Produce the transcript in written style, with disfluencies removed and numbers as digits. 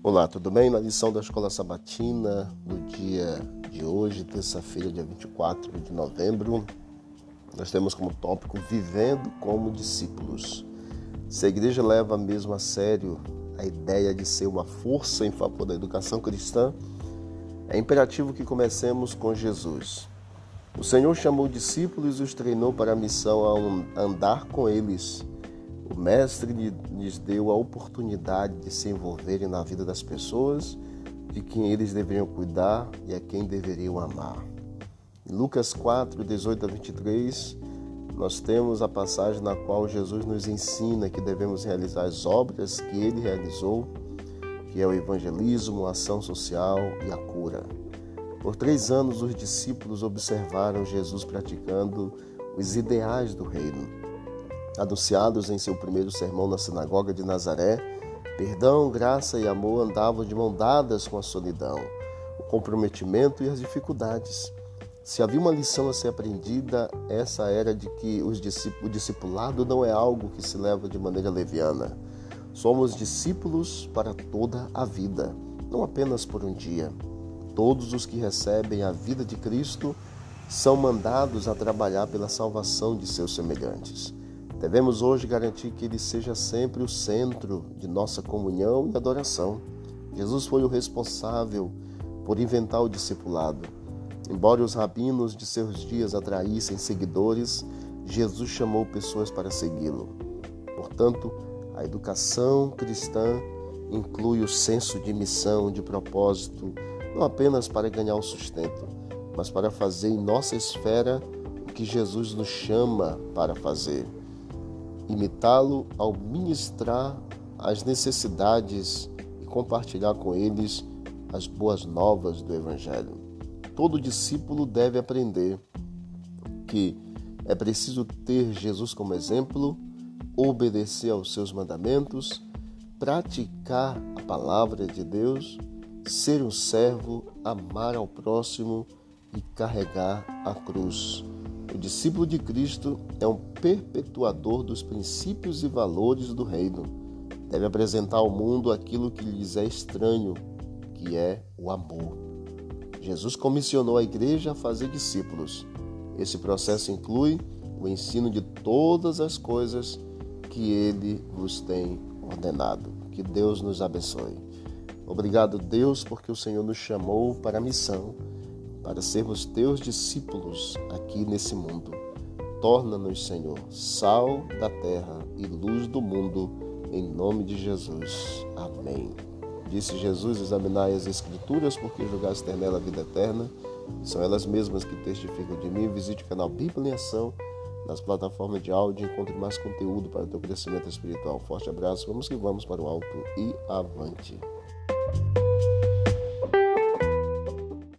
Olá, tudo bem? Na lição da Escola Sabatina, no dia de hoje, terça-feira, dia 24 de novembro, nós temos como tópico Vivendo como Discípulos. Se a igreja leva mesmo a sério a ideia de ser uma força em favor da educação cristã, é imperativo que comecemos com Jesus. O Senhor chamou discípulos e os treinou para a missão a andar com eles. O Mestre lhes deu a oportunidade de se envolverem na vida das pessoas, de quem eles deveriam cuidar e a quem deveriam amar. Em Lucas 4, 18 a 23, nós temos a passagem na qual Jesus nos ensina que devemos realizar as obras que ele realizou, que é o evangelismo, a ação social e a cura. Por 3 anos, os discípulos observaram Jesus praticando os ideais do reino. Anunciados em seu primeiro sermão na sinagoga de Nazaré, perdão, graça e amor andavam de mão dadas com a solidão, o comprometimento e as dificuldades. Se havia uma lição a ser aprendida, essa era de que o discipulado não é algo que se leva de maneira leviana. Somos discípulos para toda a vida, não apenas por um dia. Todos os que recebem a vida de Cristo são mandados a trabalhar pela salvação de seus semelhantes. Devemos hoje garantir que ele seja sempre o centro de nossa comunhão e adoração. Jesus foi o responsável por inventar o discipulado. Embora os rabinos de seus dias atraíssem seguidores, Jesus chamou pessoas para segui-lo. Portanto, a educação cristã inclui o senso de missão, de propósito, não apenas para ganhar o sustento, mas para fazer em nossa esfera o que Jesus nos chama para fazer. Imitá-lo ao ministrar as necessidades e compartilhar com eles as boas novas do Evangelho. Todo discípulo deve aprender que é preciso ter Jesus como exemplo, obedecer aos seus mandamentos, praticar a palavra de Deus, ser um servo, amar ao próximo e carregar a cruz. O discípulo de Cristo é um perpetuador dos princípios e valores do reino. Deve apresentar ao mundo aquilo que lhes é estranho, que é o amor. Jesus comissionou a igreja a fazer discípulos. Esse processo inclui o ensino de todas as coisas que ele vos tem ordenado. Que Deus nos abençoe. Obrigado, Deus, porque o Senhor nos chamou para a missão, para sermos teus discípulos aqui nesse mundo. Torna-nos, Senhor, sal da terra e luz do mundo, em nome de Jesus. Amém. Disse Jesus: examinai as Escrituras, porque julgaste ter nela a vida eterna. São elas mesmas que testificam de mim. Visite o canal Bíblia em Ação nas plataformas de áudio e encontre mais conteúdo para o teu crescimento espiritual. Forte abraço, vamos que vamos para o alto e avante.